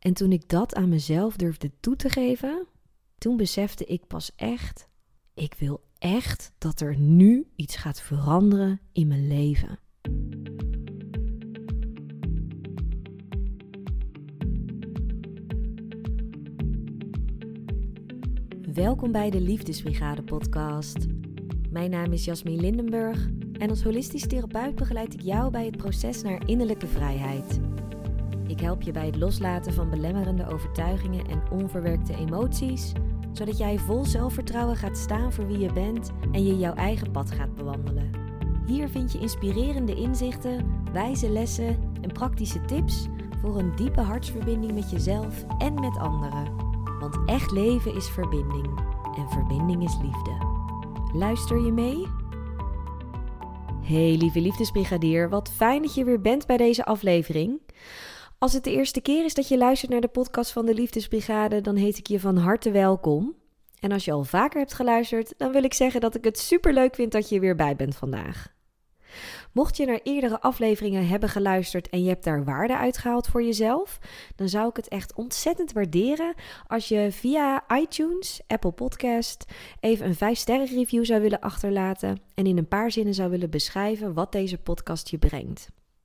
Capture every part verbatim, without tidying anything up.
En toen ik dat aan mezelf durfde toe te geven, toen besefte ik pas echt, ik wil echt dat er nu iets gaat veranderen in mijn leven. Welkom bij de Liefdesbrigade podcast. Mijn naam is Jasmin Lindenburg en als holistisch therapeut begeleid ik jou bij het proces naar innerlijke vrijheid. Ik help je bij het loslaten van belemmerende overtuigingen en onverwerkte emoties, zodat jij vol zelfvertrouwen gaat staan voor wie je bent en je jouw eigen pad gaat bewandelen. Hier vind je inspirerende inzichten, wijze lessen en praktische tips voor een diepe hartsverbinding met jezelf en met anderen. Want echt leven is verbinding en verbinding is liefde. Luister je mee? Hey lieve liefdesbrigadier, wat fijn dat je weer bent bij deze aflevering. Als het de eerste keer is dat je luistert naar de podcast van de Liefdesbrigade, dan heet ik je van harte welkom. En als je al vaker hebt geluisterd, dan wil ik zeggen dat ik het superleuk vind dat je er weer bij bent vandaag. Mocht je naar eerdere afleveringen hebben geluisterd en je hebt daar waarde uitgehaald voor jezelf, dan zou ik het echt ontzettend waarderen als je via iTunes, Apple Podcast, even een vijf sterren review zou willen achterlaten en in een paar zinnen zou willen beschrijven wat deze podcast je brengt.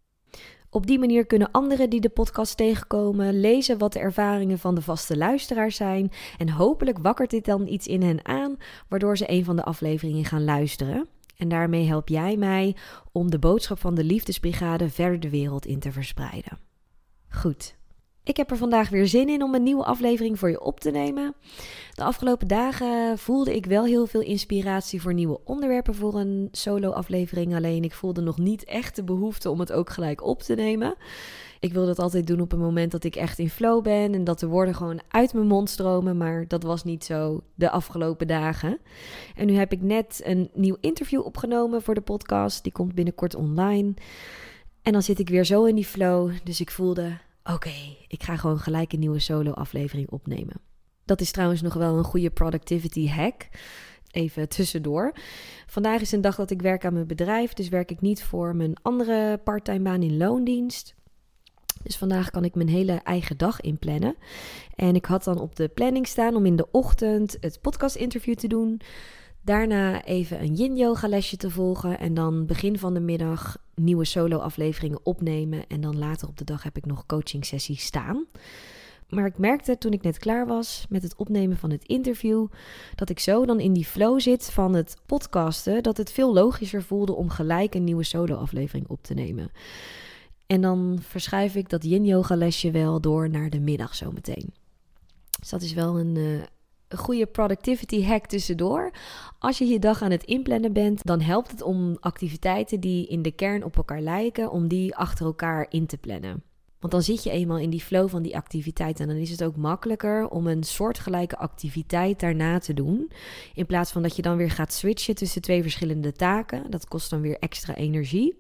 Op die manier kunnen anderen die de podcast tegenkomen lezen wat de ervaringen van de vaste luisteraars zijn en hopelijk wakkert dit dan iets in hen aan, waardoor ze een van de afleveringen gaan luisteren. En daarmee help jij mij om de boodschap van de Liefdesbrigade verder de wereld in te verspreiden. Goed, ik heb er vandaag weer zin in om een nieuwe aflevering voor je op te nemen. De afgelopen dagen voelde ik wel heel veel inspiratie voor nieuwe onderwerpen voor een solo-aflevering. Alleen ik voelde nog niet echt de behoefte om het ook gelijk op te nemen. Ik wil dat altijd doen op een moment dat ik echt in flow ben en dat de woorden gewoon uit mijn mond stromen, maar dat was niet zo de afgelopen dagen. En nu heb ik net een nieuw interview opgenomen voor de podcast, die komt binnenkort online. En dan zit ik weer zo in die flow, dus ik voelde, oké, okay, ik ga gewoon gelijk een nieuwe solo-aflevering opnemen. Dat is trouwens nog wel een goede productivity hack. Even tussendoor. Vandaag is een dag dat ik werk aan mijn bedrijf, dus werk ik niet voor mijn andere parttime baan in loondienst. Dus vandaag kan ik mijn hele eigen dag inplannen. En ik had dan op de planning staan om in de ochtend het podcastinterview te doen. Daarna even een yin-yoga lesje te volgen. En dan begin van de middag nieuwe solo-afleveringen opnemen. En dan later op de dag heb ik nog coaching sessies staan. Maar ik merkte toen ik net klaar was met het opnemen van het interview, dat ik zo dan in die flow zit van het podcasten, dat het veel logischer voelde om gelijk een nieuwe solo-aflevering op te nemen. En dan verschuif ik dat yin-yoga lesje wel door naar de middag zometeen. Dus dat is wel een, uh, een goede productivity hack tussendoor. Als je je dag aan het inplannen bent, dan helpt het om activiteiten die in de kern op elkaar lijken, om die achter elkaar in te plannen. Want dan zit je eenmaal in die flow van die activiteit en dan is het ook makkelijker om een soortgelijke activiteit daarna te doen. In plaats van dat je dan weer gaat switchen tussen twee verschillende taken. Dat kost dan weer extra energie.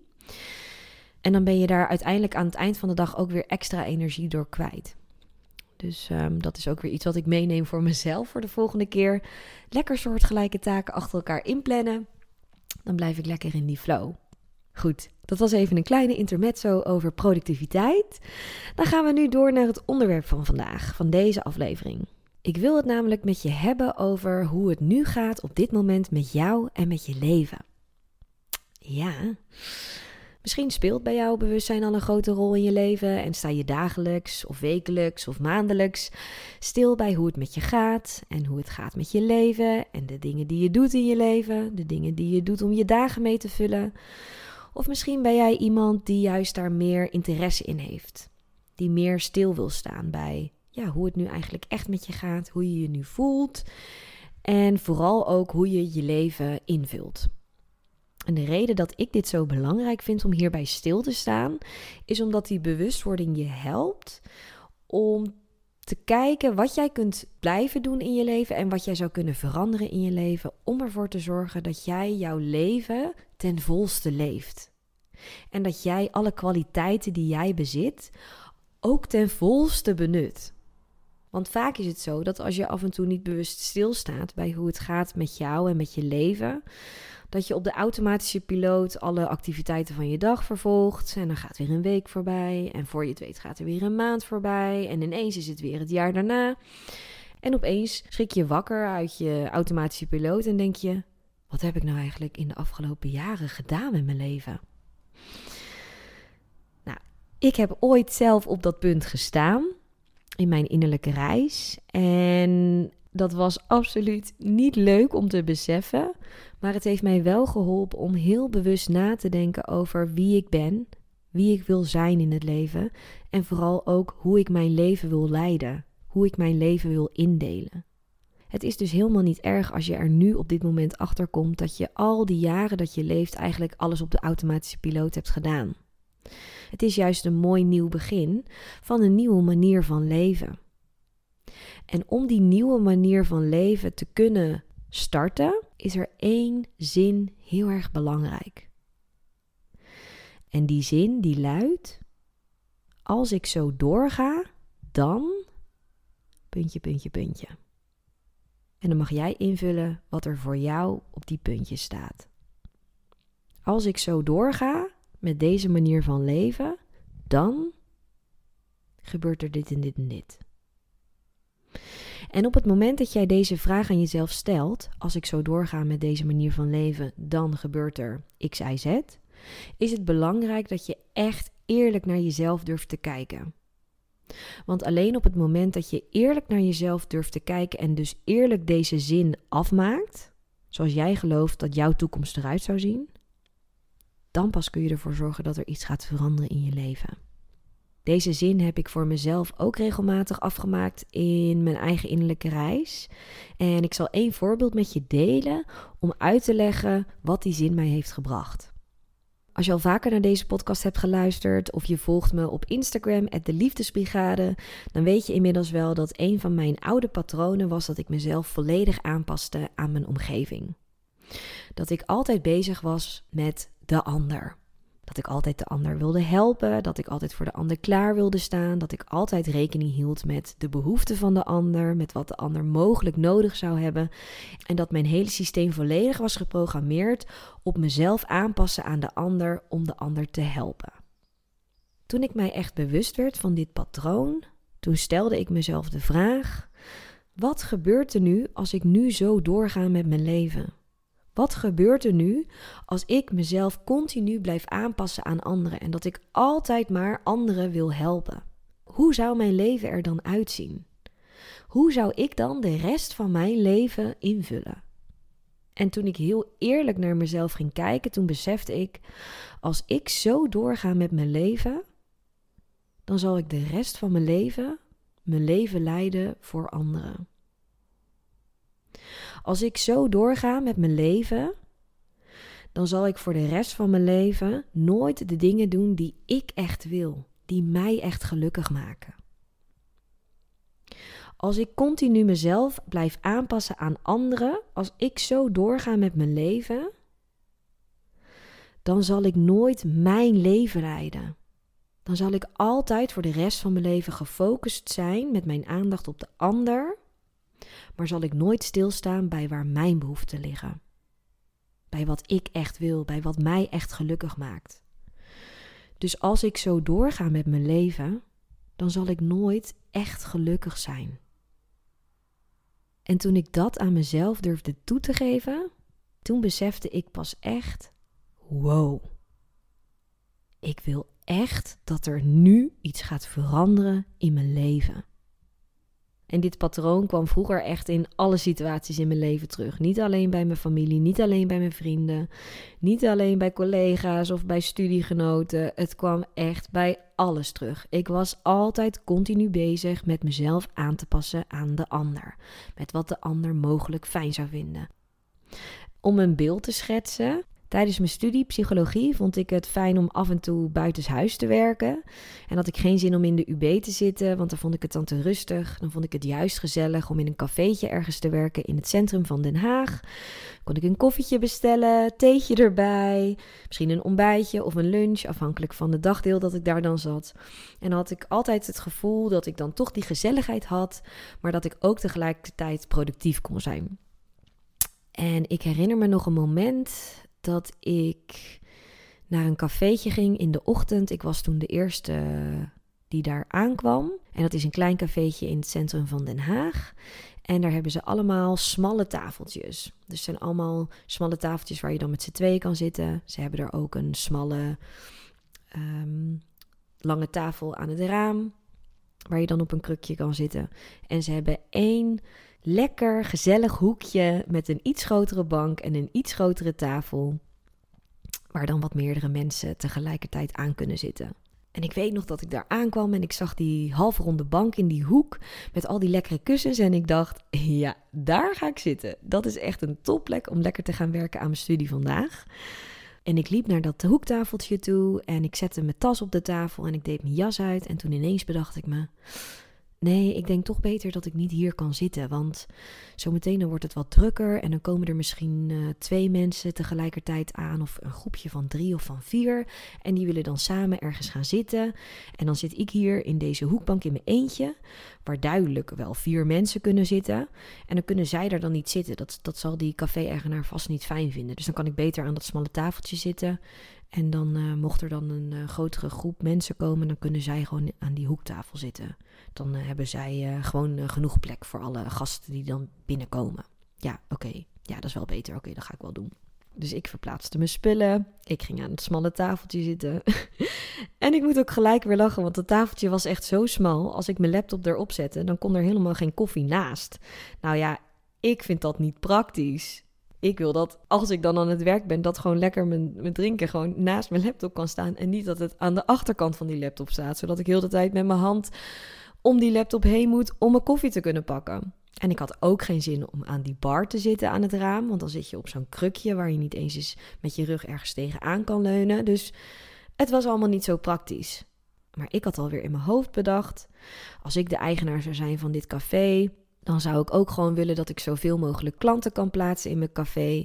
En dan ben je daar uiteindelijk aan het eind van de dag ook weer extra energie door kwijt. Dus um, dat is ook weer iets wat ik meeneem voor mezelf voor de volgende keer. Lekker soortgelijke taken achter elkaar inplannen. Dan blijf ik lekker in die flow. Goed, dat was even een kleine intermezzo over productiviteit. Dan gaan we nu door naar het onderwerp van vandaag, van deze aflevering. Ik wil het namelijk met je hebben over hoe het nu gaat op dit moment met jou en met je leven. Ja... Misschien speelt bij jou bewustzijn al een grote rol in je leven en sta je dagelijks of wekelijks of maandelijks stil bij hoe het met je gaat en hoe het gaat met je leven en de dingen die je doet in je leven, de dingen die je doet om je dagen mee te vullen. Of misschien ben jij iemand die juist daar meer interesse in heeft, die meer stil wil staan bij ja, hoe het nu eigenlijk echt met je gaat, hoe je je nu voelt en vooral ook hoe je je leven invult. En de reden dat ik dit zo belangrijk vind om hierbij stil te staan, is omdat die bewustwording je helpt om te kijken wat jij kunt blijven doen in je leven en wat jij zou kunnen veranderen in je leven om ervoor te zorgen dat jij jouw leven ten volste leeft. En dat jij alle kwaliteiten die jij bezit ook ten volste benut. Want vaak is het zo dat als je af en toe niet bewust stilstaat bij hoe het gaat met jou en met je leven, Dat je op de automatische piloot alle activiteiten van je dag vervolgt. En dan gaat weer een week voorbij. En voor je het weet gaat er weer een maand voorbij. En ineens is het weer het jaar daarna. En opeens schrik je wakker uit je automatische piloot en denk je: wat heb ik nou eigenlijk in de afgelopen jaren gedaan met mijn leven? Nou, ik heb ooit zelf op dat punt gestaan in mijn innerlijke reis. En dat was absoluut niet leuk om te beseffen. Maar het heeft mij wel geholpen om heel bewust na te denken over wie ik ben, wie ik wil zijn in het leven. En vooral ook hoe ik mijn leven wil leiden, hoe ik mijn leven wil indelen. Het is dus helemaal niet erg als je er nu op dit moment achter komt dat je al die jaren dat je leeft eigenlijk alles op de automatische piloot hebt gedaan. Het is juist een mooi nieuw begin van een nieuwe manier van leven. En om die nieuwe manier van leven te kunnen starten, is er één zin heel erg belangrijk. En die zin die luidt: als ik zo doorga, dan... puntje, puntje, puntje. En dan mag jij invullen wat er voor jou op die puntjes staat. Als ik zo doorga met deze manier van leven, dan gebeurt er dit en dit en dit. En op het moment dat jij deze vraag aan jezelf stelt, als ik zo doorga met deze manier van leven, dan gebeurt er X, Y, Z, is het belangrijk dat je echt eerlijk naar jezelf durft te kijken. Want alleen op het moment dat je eerlijk naar jezelf durft te kijken en dus eerlijk deze zin afmaakt, zoals jij gelooft dat jouw toekomst eruit zou zien, dan pas kun je ervoor zorgen dat er iets gaat veranderen in je leven. Deze zin heb ik voor mezelf ook regelmatig afgemaakt in mijn eigen innerlijke reis. En ik zal één voorbeeld met je delen om uit te leggen wat die zin mij heeft gebracht. Als je al vaker naar deze podcast hebt geluisterd of je volgt me op Instagram, at de liefdesbrigade, dan weet je inmiddels wel dat een van mijn oude patronen was dat ik mezelf volledig aanpaste aan mijn omgeving. Dat ik altijd bezig was met de ander. Dat ik altijd de ander wilde helpen, dat ik altijd voor de ander klaar wilde staan, dat ik altijd rekening hield met de behoeften van de ander, met wat de ander mogelijk nodig zou hebben. En dat mijn hele systeem volledig was geprogrammeerd op mezelf aanpassen aan de ander om de ander te helpen. Toen ik mij echt bewust werd van dit patroon, toen stelde ik mezelf de vraag: wat gebeurt er nu als ik nu zo doorga met mijn leven? Wat gebeurt er nu als ik mezelf continu blijf aanpassen aan anderen en dat ik altijd maar anderen wil helpen? Hoe zou mijn leven er dan uitzien? Hoe zou ik dan de rest van mijn leven invullen? En toen ik heel eerlijk naar mezelf ging kijken, toen besefte ik: als ik zo doorga met mijn leven, dan zal ik de rest van mijn leven mijn leven leiden voor anderen. Als ik zo doorga met mijn leven, dan zal ik voor de rest van mijn leven nooit de dingen doen die ik echt wil, die mij echt gelukkig maken. Als ik continu mezelf blijf aanpassen aan anderen, als ik zo doorga met mijn leven, dan zal ik nooit mijn leven leiden. Dan zal ik altijd voor de rest van mijn leven gefocust zijn met mijn aandacht op de ander, maar zal ik nooit stilstaan bij waar mijn behoeften liggen. Bij wat ik echt wil, bij wat mij echt gelukkig maakt. Dus als ik zo doorga met mijn leven, dan zal ik nooit echt gelukkig zijn. En toen ik dat aan mezelf durfde toe te geven, toen besefte ik pas echt: wow, ik wil echt dat er nu iets gaat veranderen in mijn leven. En dit patroon kwam vroeger echt in alle situaties in mijn leven terug. Niet alleen bij mijn familie, niet alleen bij mijn vrienden, niet alleen bij collega's of bij studiegenoten. Het kwam echt bij alles terug. Ik was altijd continu bezig met mezelf aan te passen aan de ander. Met wat de ander mogelijk fijn zou vinden. Om een beeld te schetsen: tijdens mijn studie psychologie vond ik het fijn om af en toe buitenshuis te werken. En had ik geen zin om in de U B te zitten, want dan vond ik het dan te rustig. Dan vond ik het juist gezellig om in een cafeetje ergens te werken in het centrum van Den Haag. Kon ik een koffietje bestellen, theetje erbij, misschien een ontbijtje of een lunch, afhankelijk van de dagdeel dat ik daar dan zat. En dan had ik altijd het gevoel dat ik dan toch die gezelligheid had, maar dat ik ook tegelijkertijd productief kon zijn. En ik herinner me nog een moment dat ik naar een cafeetje ging in de ochtend. Ik was toen de eerste die daar aankwam. En dat is een klein cafeetje in het centrum van Den Haag. En daar hebben ze allemaal smalle tafeltjes. Dus het zijn allemaal smalle tafeltjes waar je dan met z'n tweeën kan zitten. Ze hebben er ook een smalle, um, lange tafel aan het raam, waar je dan op een krukje kan zitten. En ze hebben één lekker gezellig hoekje met een iets grotere bank en een iets grotere tafel, waar dan wat meerdere mensen tegelijkertijd aan kunnen zitten. En ik weet nog dat ik daar aankwam en ik zag die halfronde bank in die hoek met al die lekkere kussens. En ik dacht, ja, daar ga ik zitten. Dat is echt een topplek om lekker te gaan werken aan mijn studie vandaag. En ik liep naar dat hoektafeltje toe en ik zette mijn tas op de tafel en ik deed mijn jas uit. En toen ineens bedacht ik me, nee, ik denk toch beter dat ik niet hier kan zitten. Want zometeen dan wordt het wat drukker en dan komen er misschien uh, twee mensen tegelijkertijd aan. Of een groepje van drie of van vier. En die willen dan samen ergens gaan zitten. En dan zit ik hier in deze hoekbank in mijn eentje, waar duidelijk wel vier mensen kunnen zitten. En dan kunnen zij daar dan niet zitten. Dat, dat zal die café-eigenaar vast niet fijn vinden. Dus dan kan ik beter aan dat smalle tafeltje zitten. En dan uh, mocht er dan een uh, grotere groep mensen komen, dan kunnen zij gewoon aan die hoektafel zitten. Dan uh, hebben zij uh, gewoon uh, genoeg plek voor alle gasten die dan binnenkomen. Ja, oké. Okay. Ja, dat is wel beter. Oké, okay, dat ga ik wel doen. Dus ik verplaatste mijn spullen. Ik ging aan het smalle tafeltje zitten. En ik moet ook gelijk weer lachen, want het tafeltje was echt zo smal. Als ik mijn laptop erop zette, dan kon er helemaal geen koffie naast. Nou ja, ik vind dat niet praktisch. Ik wil dat, als ik dan aan het werk ben, dat gewoon lekker mijn, mijn drinken gewoon naast mijn laptop kan staan. En niet dat het aan de achterkant van die laptop staat. Zodat ik heel de tijd met mijn hand om die laptop heen moet om mijn koffie te kunnen pakken. En ik had ook geen zin om aan die bar te zitten aan het raam. Want dan zit je op zo'n krukje waar je niet eens eens met je rug ergens tegenaan kan leunen. Dus het was allemaal niet zo praktisch. Maar ik had alweer in mijn hoofd bedacht, als ik de eigenaar zou zijn van dit café, dan zou ik ook gewoon willen dat ik zoveel mogelijk klanten kan plaatsen in mijn café.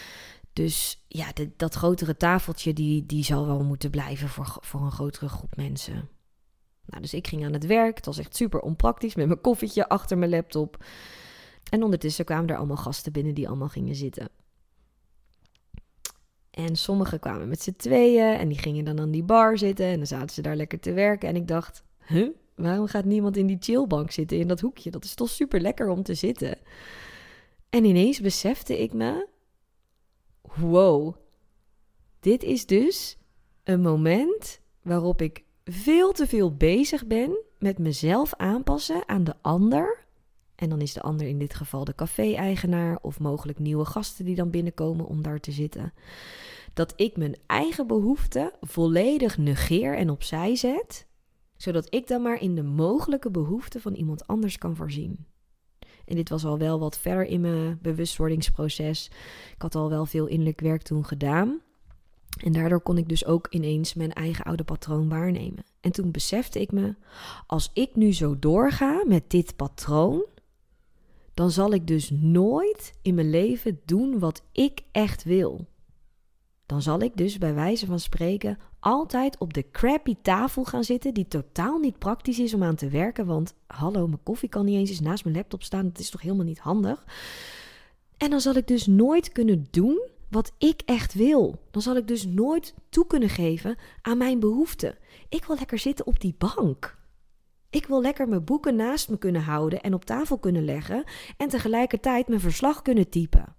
Dus ja, de, dat grotere tafeltje, die, die zal wel moeten blijven voor, voor een grotere groep mensen. Nou, dus ik ging aan het werk. Het was echt super onpraktisch met mijn koffietje achter mijn laptop. En ondertussen kwamen er allemaal gasten binnen die allemaal gingen zitten. En sommigen kwamen met z'n tweeën en die gingen dan aan die bar zitten. En dan zaten ze daar lekker te werken. En ik dacht, huh? Waarom gaat niemand in die chillbank zitten in dat hoekje? Dat is toch super lekker om te zitten. En ineens besefte ik me, wow, dit is dus een moment waarop ik veel te veel bezig ben met mezelf aanpassen aan de ander. En dan is de ander in dit geval de café-eigenaar of mogelijk nieuwe gasten die dan binnenkomen om daar te zitten. Dat ik mijn eigen behoeften volledig negeer en opzij zet, zodat ik dan maar in de mogelijke behoeften van iemand anders kan voorzien. En dit was al wel wat verder in mijn bewustwordingsproces. Ik had al wel veel innerlijk werk toen gedaan. En daardoor kon ik dus ook ineens mijn eigen oude patroon waarnemen. En toen besefte ik me, als ik nu zo doorga met dit patroon, dan zal ik dus nooit in mijn leven doen wat ik echt wil. Dan zal ik dus bij wijze van spreken altijd op de crappy tafel gaan zitten die totaal niet praktisch is om aan te werken. Want hallo, mijn koffie kan niet eens eens naast mijn laptop staan. Dat is toch helemaal niet handig? En dan zal ik dus nooit kunnen doen wat ik echt wil. Dan zal ik dus nooit toe kunnen geven aan mijn behoeften. Ik wil lekker zitten op die bank. Ik wil lekker mijn boeken naast me kunnen houden en op tafel kunnen leggen en tegelijkertijd mijn verslag kunnen typen.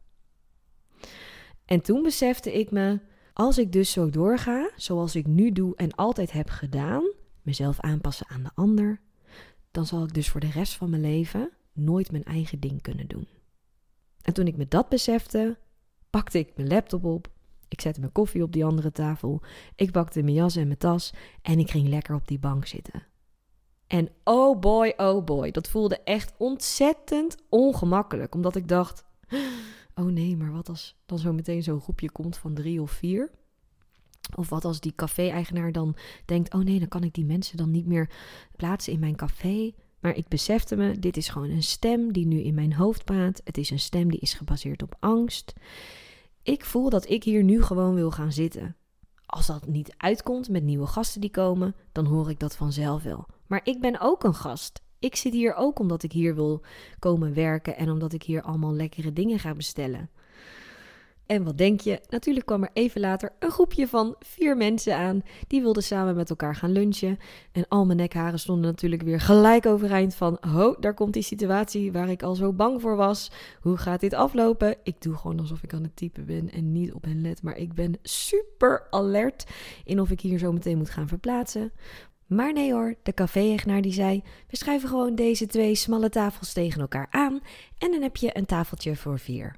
En toen besefte ik me, als ik dus zo doorga, zoals ik nu doe en altijd heb gedaan, mezelf aanpassen aan de ander, dan zal ik dus voor de rest van mijn leven nooit mijn eigen ding kunnen doen. En toen ik me dat besefte, pakte ik mijn laptop op, ik zette mijn koffie op die andere tafel, ik pakte mijn jas en mijn tas en ik ging lekker op die bank zitten. En oh boy, oh boy, dat voelde echt ontzettend ongemakkelijk, omdat ik dacht, oh nee, maar wat als dan zo meteen zo'n groepje komt van drie of vier? Of wat als die café-eigenaar dan denkt, oh nee, dan kan ik die mensen dan niet meer plaatsen in mijn café. Maar ik besefte me, dit is gewoon een stem die nu in mijn hoofd praat. Het is een stem die is gebaseerd op angst. Ik voel dat ik hier nu gewoon wil gaan zitten. Als dat niet uitkomt met nieuwe gasten die komen, dan hoor ik dat vanzelf wel. Maar ik ben ook een gast. Ik zit hier ook omdat ik hier wil komen werken en omdat ik hier allemaal lekkere dingen ga bestellen. En wat denk je? Natuurlijk kwam er even later een groepje van vier mensen aan. Die wilden samen met elkaar gaan lunchen. En al mijn nekharen stonden natuurlijk weer gelijk overeind van... Ho, daar komt die situatie waar ik al zo bang voor was. Hoe gaat dit aflopen? Ik doe gewoon alsof ik aan het typen ben en niet op hen let. Maar ik ben super alert in of ik hier zo meteen moet gaan verplaatsen. Maar nee hoor, de café-eigenaar die zei... We schuiven gewoon deze twee smalle tafels tegen elkaar aan... en dan heb je een tafeltje voor vier.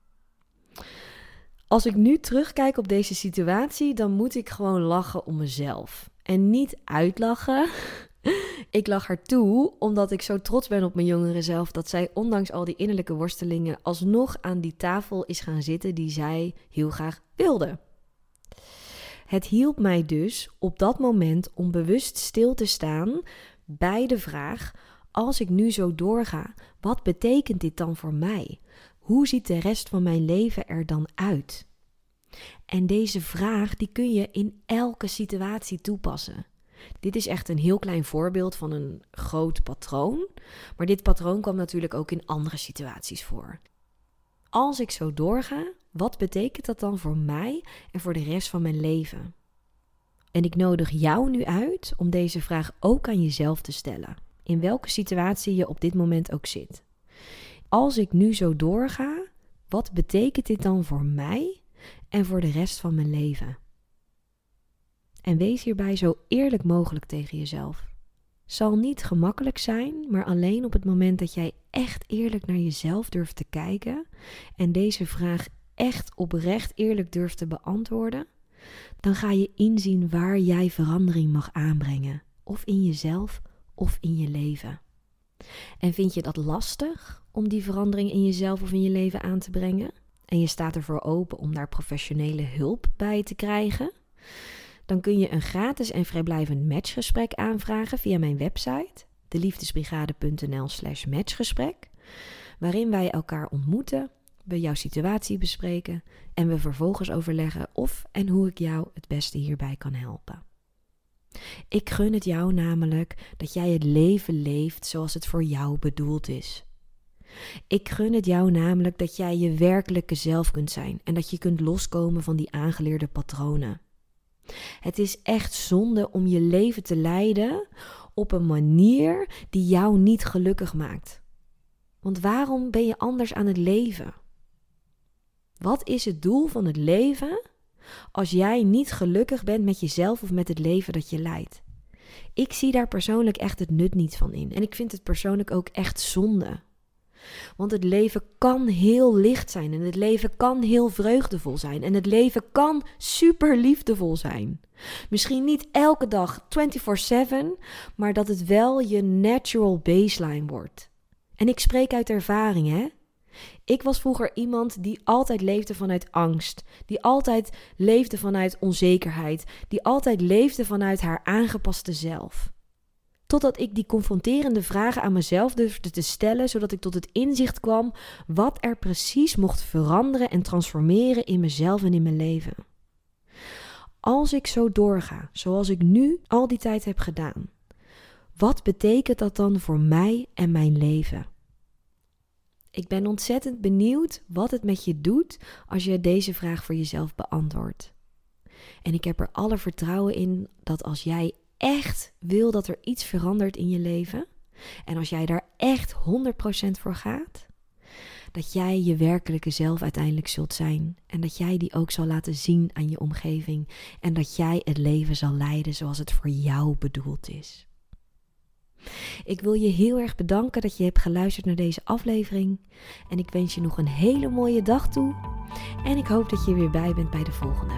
Als ik nu terugkijk op deze situatie, dan moet ik gewoon lachen om mezelf. En niet uitlachen. Ik lach haar toe, omdat ik zo trots ben op mijn jongere zelf... dat zij ondanks al die innerlijke worstelingen alsnog aan die tafel is gaan zitten die zij heel graag wilde. Het hielp mij dus op dat moment om bewust stil te staan bij de vraag... Als ik nu zo doorga, wat betekent dit dan voor mij? Hoe ziet de rest van mijn leven er dan uit? En deze vraag die kun je in elke situatie toepassen. Dit is echt een heel klein voorbeeld van een groot patroon. Maar dit patroon kwam natuurlijk ook in andere situaties voor. Als ik zo doorga, wat betekent dat dan voor mij en voor de rest van mijn leven? En ik nodig jou nu uit om deze vraag ook aan jezelf te stellen. In welke situatie je op dit moment ook zit. Als ik nu zo doorga, wat betekent dit dan voor mij en voor de rest van mijn leven? En wees hierbij zo eerlijk mogelijk tegen jezelf. Zal niet gemakkelijk zijn, maar alleen op het moment dat jij echt eerlijk naar jezelf durft te kijken en deze vraag echt oprecht eerlijk durft te beantwoorden, dan ga je inzien waar jij verandering mag aanbrengen, of in jezelf of in je leven. En vind je dat lastig om die verandering in jezelf of in je leven aan te brengen? En je staat ervoor open om daar professionele hulp bij te krijgen? Dan kun je een gratis en vrijblijvend matchgesprek aanvragen via mijn website deliefdesbrigade.nl slash matchgesprek, waarin wij elkaar ontmoeten, we jouw situatie bespreken en we vervolgens overleggen of en hoe ik jou het beste hierbij kan helpen. Ik gun het jou namelijk dat jij het leven leeft zoals het voor jou bedoeld is. Ik gun het jou namelijk dat jij je werkelijke zelf kunt zijn en dat je kunt loskomen van die aangeleerde patronen. Het is echt zonde om je leven te leiden op een manier die jou niet gelukkig maakt. Want waarom ben je anders aan het leven? Wat is het doel van het leven als jij niet gelukkig bent met jezelf of met het leven dat je leidt? Ik zie daar persoonlijk echt het nut niet van in. En ik vind het persoonlijk ook echt zonde. Want het leven kan heel licht zijn en het leven kan heel vreugdevol zijn. En het leven kan super liefdevol zijn. Misschien niet elke dag vierentwintig zeven, maar dat het wel je natural baseline wordt. En ik spreek uit ervaring, hè. Ik was vroeger iemand die altijd leefde vanuit angst, die altijd leefde vanuit onzekerheid, die altijd leefde vanuit haar aangepaste zelf. Totdat ik die confronterende vragen aan mezelf durfde te stellen, zodat ik tot het inzicht kwam wat er precies mocht veranderen en transformeren in mezelf en in mijn leven. Als ik zo doorga, zoals ik nu al die tijd heb gedaan, wat betekent dat dan voor mij en mijn leven? Ik ben ontzettend benieuwd wat het met je doet als je deze vraag voor jezelf beantwoordt. En ik heb er alle vertrouwen in dat als jij echt wil dat er iets verandert in je leven, en als jij daar echt honderd procent voor gaat, dat jij je werkelijke zelf uiteindelijk zult zijn. En dat jij die ook zal laten zien aan je omgeving. En dat jij het leven zal leiden zoals het voor jou bedoeld is. Ik wil je heel erg bedanken dat je hebt geluisterd naar deze aflevering. En ik wens je nog een hele mooie dag toe. En ik hoop dat je weer bij bent bij de volgende.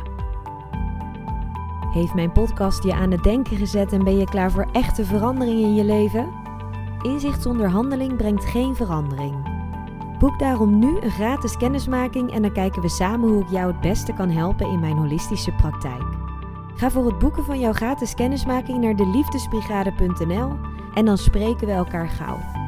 Heeft mijn podcast je aan het denken gezet en ben je klaar voor echte verandering in je leven? Inzicht zonder handeling brengt geen verandering. Boek daarom nu een gratis kennismaking en dan kijken we samen hoe ik jou het beste kan helpen in mijn holistische praktijk. Ga voor het boeken van jouw gratis kennismaking naar deliefdesbrigade punt n l en dan spreken we elkaar gauw.